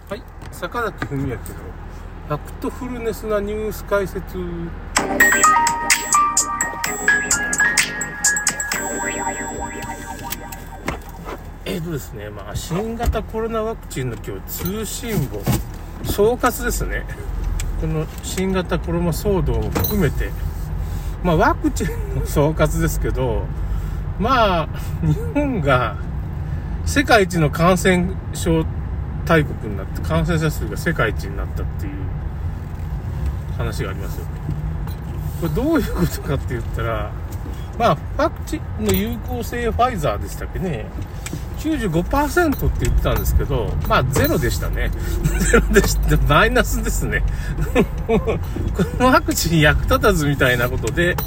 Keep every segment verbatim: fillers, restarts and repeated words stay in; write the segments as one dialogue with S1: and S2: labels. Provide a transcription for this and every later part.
S1: はい、坂崎文明のファクトフルネスなニュース解説。えーとですね、まあ新型コロナワクチンの今日通信簿総括ですね。この新型コロナ騒動も含めて、まあワクチンの総括ですけど、まあ日本が世界一の感染症大国になって、感染者数が世界一になったっていう話がありますよね。これどういうことかって言ったら、まあワクチンの有効性ファイザーでしたっけね、きゅうじゅうごパーセント って言ってたんですけど、まあゼロでしたね。ゼロでした。マイナスですね。このワクチン役立たずみたいなことで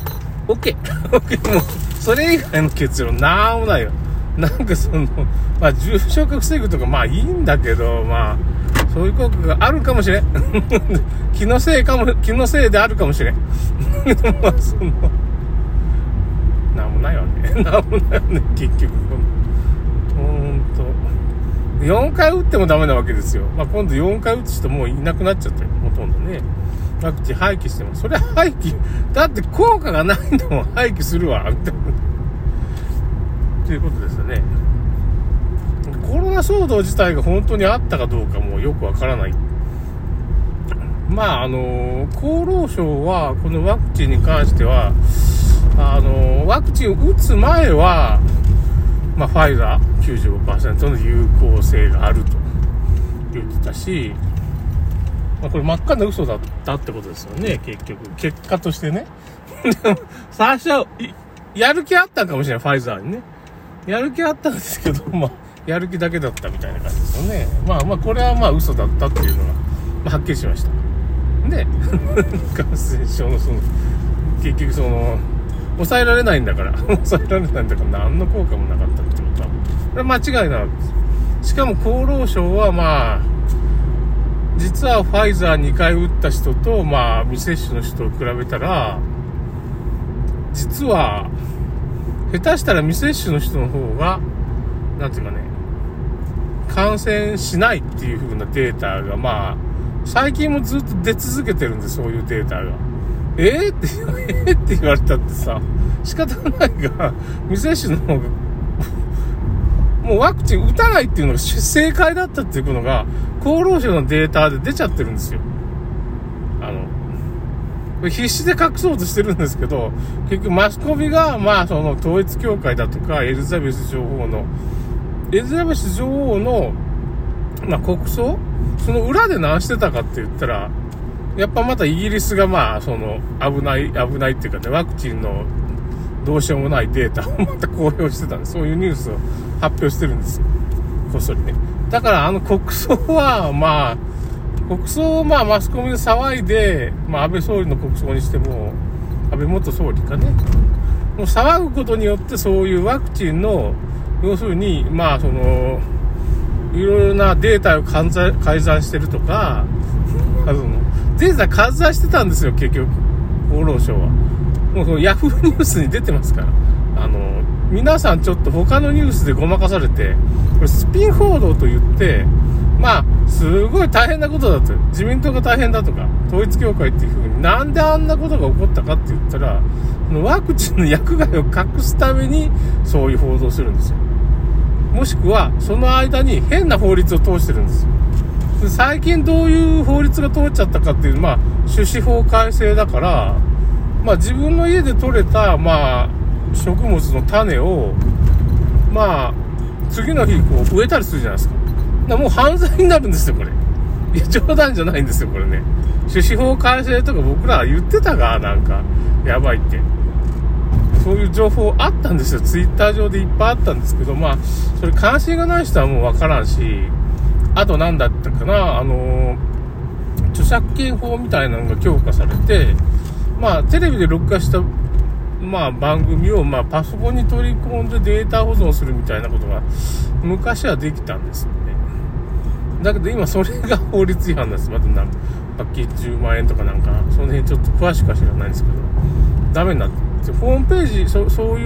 S1: OK。OK もうそれ以外の結論なんもないよ。なんかその、まあ重症化防ぐとかまあいいんだけど、まあそういう効果があるかもしれん。気のせいかも、気のせいであるかもしれん。まあその、なんもないわね。なんもないわね、結局。ほんと。よんかい打ってもダメなわけですよ。まあ今度よんかい打つ人もういなくなっちゃったよ。ほとんどね。ワクチン廃棄しても。それは廃棄。だって効果がないんだもん。廃棄するわ。みたいな。ということですね。コロナ騒動自体が本当にあったかどうかもよくわからない。まああの厚労省はこのワクチンに関してはあのワクチンを打つ前は、まあ、ファイザー きゅうじゅうごパーセント の有効性があると言ってたし、まあ、これ真っ赤な嘘だったってことですよね。結局結果としてね。でも最初はやる気あったかもしれない。ファイザーにねやる気あったんですけど、まあ、やる気だけだったみたいな感じですよね。まあまあ、これはまあ嘘だったっていうのが、まあ、はっきりしました。で、感染症のその、結局その、抑えられないんだから、抑えられないんだから何の効果もなかったってことは、これは間違いなわけです。しかも厚労省はまあ、実はファイザーにかい打った人と、まあ、未接種の人を比べたら、実は、下手したら未接種の人の方が、なんていうかね、感染しないっていう風なデータが、まあ、最近もずっと出続けてるんで、そういうデータが。えー、って、えー、って言われたってさ、仕方ないが、未接種の方が、もうワクチン打たないっていうのが正解だったっていうのが、厚労省のデータで出ちゃってるんですよ。あの、必死で隠そうとしてるんですけど、結局マスコミが、まあその統一教会だとか、エリザベス女王の、エリザベス女王の、まあ国葬その裏で何してたかって言ったら、やっぱまたイギリスがまあその危ない、危ないっていうかね、ワクチンのどうしようもないデータをまた公表してたんで、そういうニュースを発表してるんですよ。こっそりね。だからあの国葬は、まあ、国葬をまあマスコミで騒いで、まあ安倍総理の国葬にしても、安倍元総理かね、もう騒ぐことによってそういうワクチンの、要するに、まあその、いろいろなデータを改ざんしてるとか、あの、データ改ざんしてたんですよ、結局、厚労省は。もうそのヤフーニュースに出てますから。あの、皆さんちょっと他のニュースでごまかされて、これスピン報道と言って、まあ、すごい大変なことだと。自民党が大変だとか、統一教会っていう風に、なんであんなことが起こったかって言ったら、ワクチンの薬害を隠すために、そういう報道をするんですよ。もしくは、その間に変な法律を通してるんですよ。最近どういう法律が通っちゃったかっていう、まあ、種子法改正だから、まあ自分の家で採れた、まあ、食物の種を、まあ、次の日こう植えたりするじゃないですか。だからもう犯罪になるんですよ、これ。いや、冗談じゃないんですよ、これね。種子法改正とか僕ら言ってたが、なんか、やばいって。そういう情報あったんですよ。ツイッター上でいっぱいあったんですけど、まあ、それ関心がない人はもうわからんし、あと何だったかな、あの、著作権法みたいなのが強化されて、まあ、テレビで録画した、まあ、番組を、まあ、パソコンに取り込んでデータ保存するみたいなことが、昔はできたんですよね。だけど今それが法律違反なんです。またなんか、罰金じゅうまんえんとかなんか、その辺ちょっと詳しくは知らないんですけど、ダメになって、ホームページ、そ、そういう、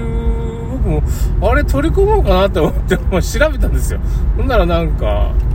S1: 僕も、あれ取り込もうかなって思って、調べたんですよ。ほんならなんか、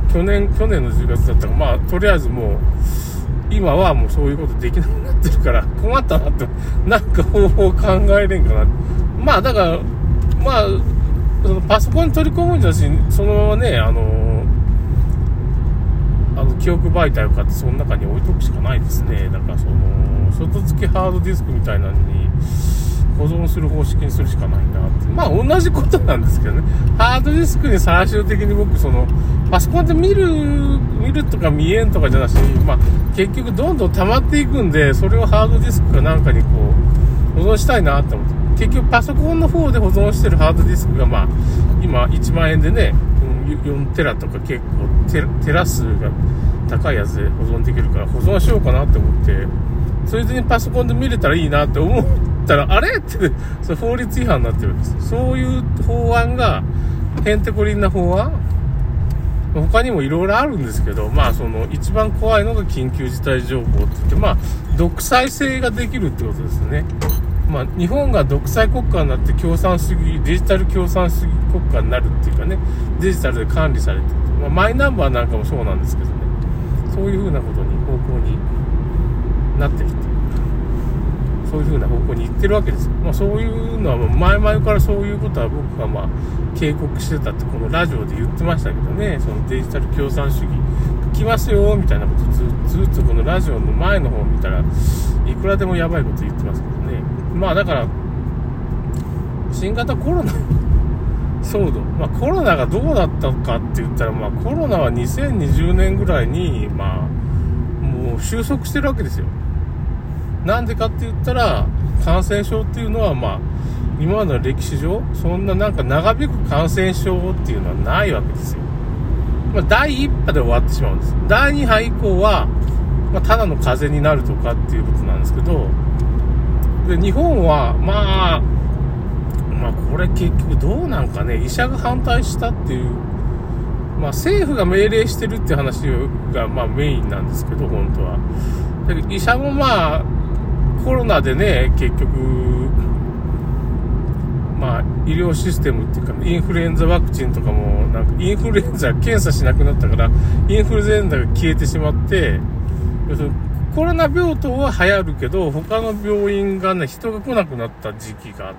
S1: 去年去年のじゅうがつだったから、まあとりあえずもう今はもうそういうことできなくなってるから困ったなって、なんか方法を考えれんかな。まあだからまあそのパソコンに取り込むんじゃし、そのねあのあの記憶媒体を買ってその中に置いとくしかないですね。だからその外付けハードディスクみたいなのに保存する方式にするしかないなって。まあ同じことなんですけどね。ハードディスクに最終的に僕そのパソコンで見る見るとか見えんとかじゃなし、まあ結局どんどん溜まっていくんで、それをハードディスクかなんかにこう保存したいなって思って、結局パソコンの方で保存してるハードディスクがまあ今いちまんえんでねよんテラとか結構テラ、テラ数が高いやつで保存できるから保存しようかなって思って、それで、ね、パソコンで見れたらいいなって思ったらあれってそれ法律違反になってるんです。そういう法案がへんてこりんな法案、他にもいろいろあるんですけど、まあその一番怖いのが緊急事態条項って言って、まあ独裁制ができるってことですね。まあ日本が独裁国家になって共産主義、デジタル共産主義国家になるっていうかね、デジタルで管理されてる、まあ、マイナンバーなんかもそうなんですけどね、そういう風なことに方向になってるっていう、そういう風な方向に行ってるわけですよ。まあそういうのは前々からそういうことは僕がまあ警告してたってこのラジオで言ってましたけどね、そのデジタル共産主義来ますよみたいなことずずっとこのラジオの前の方を見たらいくらでもやばいこと言ってますけどね。まあだから新型コロナ騒動、まあコロナがどうだったかって言ったら、まあコロナはにせんにじゅうねんぐらいにまあもう収束してるわけですよ。なんでかって言ったら感染症っていうのはまあ今までの歴史上そんななんか長引く感染症っていうのはないわけですよ。まあだいいっ波で終わってしまうんです。だいに波以降はまあただの風邪になるとかっていうことなんですけど、で日本はまあまあこれ結局どうなんかね、医者が反対したっていう、まあ政府が命令してるっていう話がまあメインなんですけど、本当はだけど医者もまあコロナでね結局まあ医療システムっていうかインフルエンザワクチンとかもなんかインフルエンザ検査しなくなったからインフルエンザが消えてしまって、要するにコロナ病棟は流行るけど他の病院がね人が来なくなった時期があって、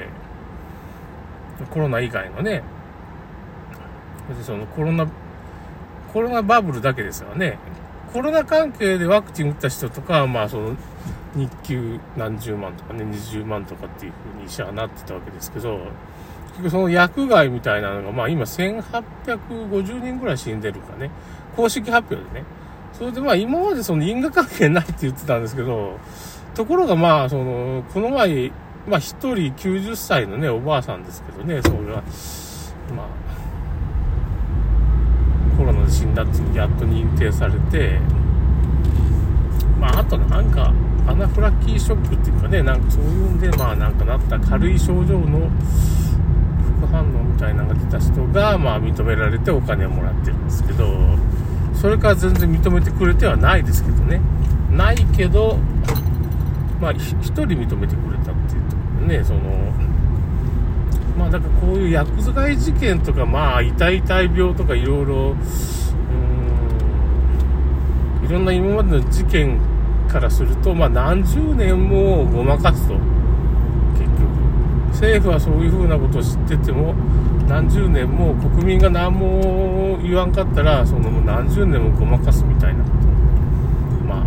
S1: コロナ以外のね、そのコロナコロナバブルだけですよね。コロナ関係でワクチン打った人とかはまあその日給何十万とかねにじゅうまんとかっていう風に医者はなってたわけですけど、結局その薬害みたいなのがまあ今せんはっぴゃくごじゅうにんぐらい死んでるかね、公式発表でね。それでまあ今までその因果関係ないって言ってたんですけど、ところがまあそのこの前まあ一人きゅうじゅっさいのねおばあさんですけどね、それはまあコロナで死んだっていうのやっと認定されて、まああとなんかアナフラキーショックっていうかね、なんかそういうんでまあなんかなった軽い症状の副反応みたいなのが出た人がまあ認められてお金をもらってるんですけど、それから全然認めてくれてはないですけどね、ないけどまあ一人認めてくれたっていうところでね、そのまあだからこういう薬害事件とかまあ痛い痛い病とかいろいろうーんいろんな今までの事件からするとまあ何十年もごまかすと、結局政府はそういうふうなことを知ってても何十年も国民が何も言わんかったらその何十年もごまかすみたいなことまあ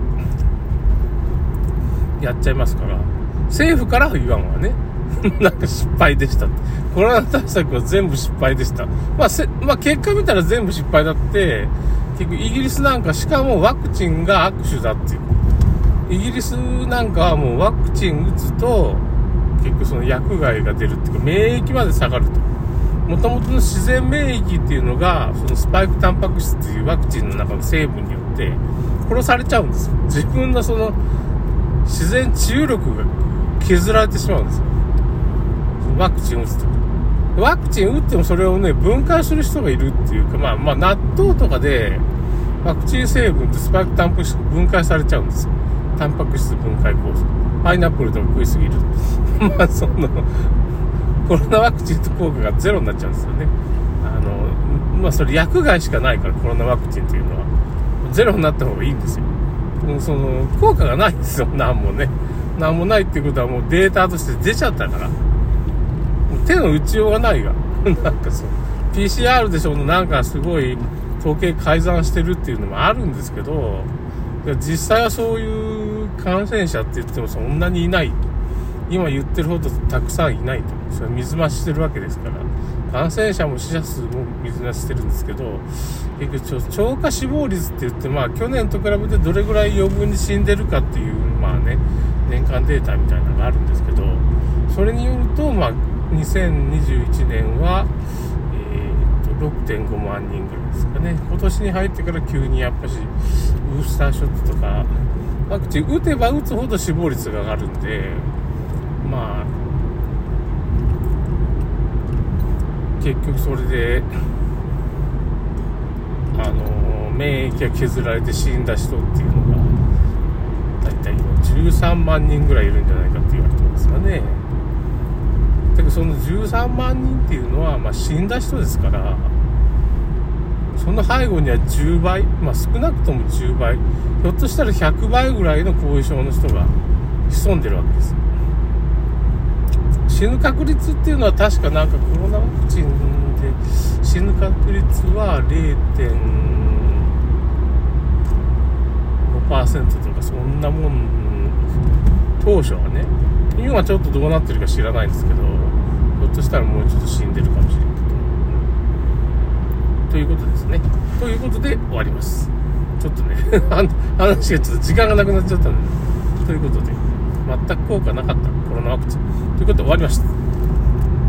S1: やっちゃいますから、政府からは言わんわねなんか失敗でしたって、コロナ対策は全部失敗でした、まあせまあ、結果見たら全部失敗だって、結局イギリスなんかしかもワクチンが握手だっていう、イギリスなんかはもうワクチン打つと結局その薬害が出るっていうか免疫まで下がると、もともとの自然免疫っていうのがそのスパイクタンパク質っていうワクチンの中の成分によって殺されちゃうんですよ。自分のその自然治癒力が削られてしまうんですよ、ワクチン打つと。ワクチン打ってもそれをね分解する人がいるっていうか、まあまあ納豆とかでワクチン成分ってスパイクタンパク質分解されちゃうんですよ、タンパク質分解酵素。パイナップルとか食いすぎるまあそのコロナワクチンと効果がゼロになっちゃうんですよね。あのまあそれ薬害しかないから、コロナワクチンっていうのはゼロになった方がいいんですよ。その効果がないんですよ。なんもね、なんもないっていうことはもうデータとして出ちゃったから、もう手の打ちようがないがなんかそう ピーシーアール でしょ、なんかすごい統計改ざんしてるっていうのもあるんですけど、実際はそういう感染者って言ってもそんなにいない。今言ってるほどたくさんいないと。それは水増ししてるわけですから、感染者も死者数も水増ししてるんですけど、結局超過死亡率って言って、まあ去年と比べてどれぐらい余分に死んでるかっていう、まあね、年間データみたいなのがあるんですけど、それによると、まあにせんにじゅういちねんは、えー、と ろくてんごまんにんぐらいですかね。今年に入ってから急にやっぱしブースターショットとかワクチン打てば打つほど死亡率が上がるんで、まあ結局それであの免疫が削られて死んだ人っていうのがだいたい今じゅうさんまんにんぐらいいるんじゃないかって言われてますかね。だけどそのじゅうさんまんにんっていうのは、まあ、死んだ人ですから、その背後にはじゅうばい、まあ、少なくともじゅうばい、ひょっとしたらひゃくばいぐらいの後遺症の人が潜んでるわけです。死ぬ確率っていうのは確かなんかコロナワクチンで死ぬ確率は れいてんごパーセント とかそんなもん、当初はね。今はちょっとどうなってるか知らないんですけど、ひょっとしたらもうちょっと死んでるかもしれないということですね。ということで終わります。ちょっとね話がちょっと時間がなくなっちゃったんで、ということで全く効果なかったコロナワクチンということで終わりました。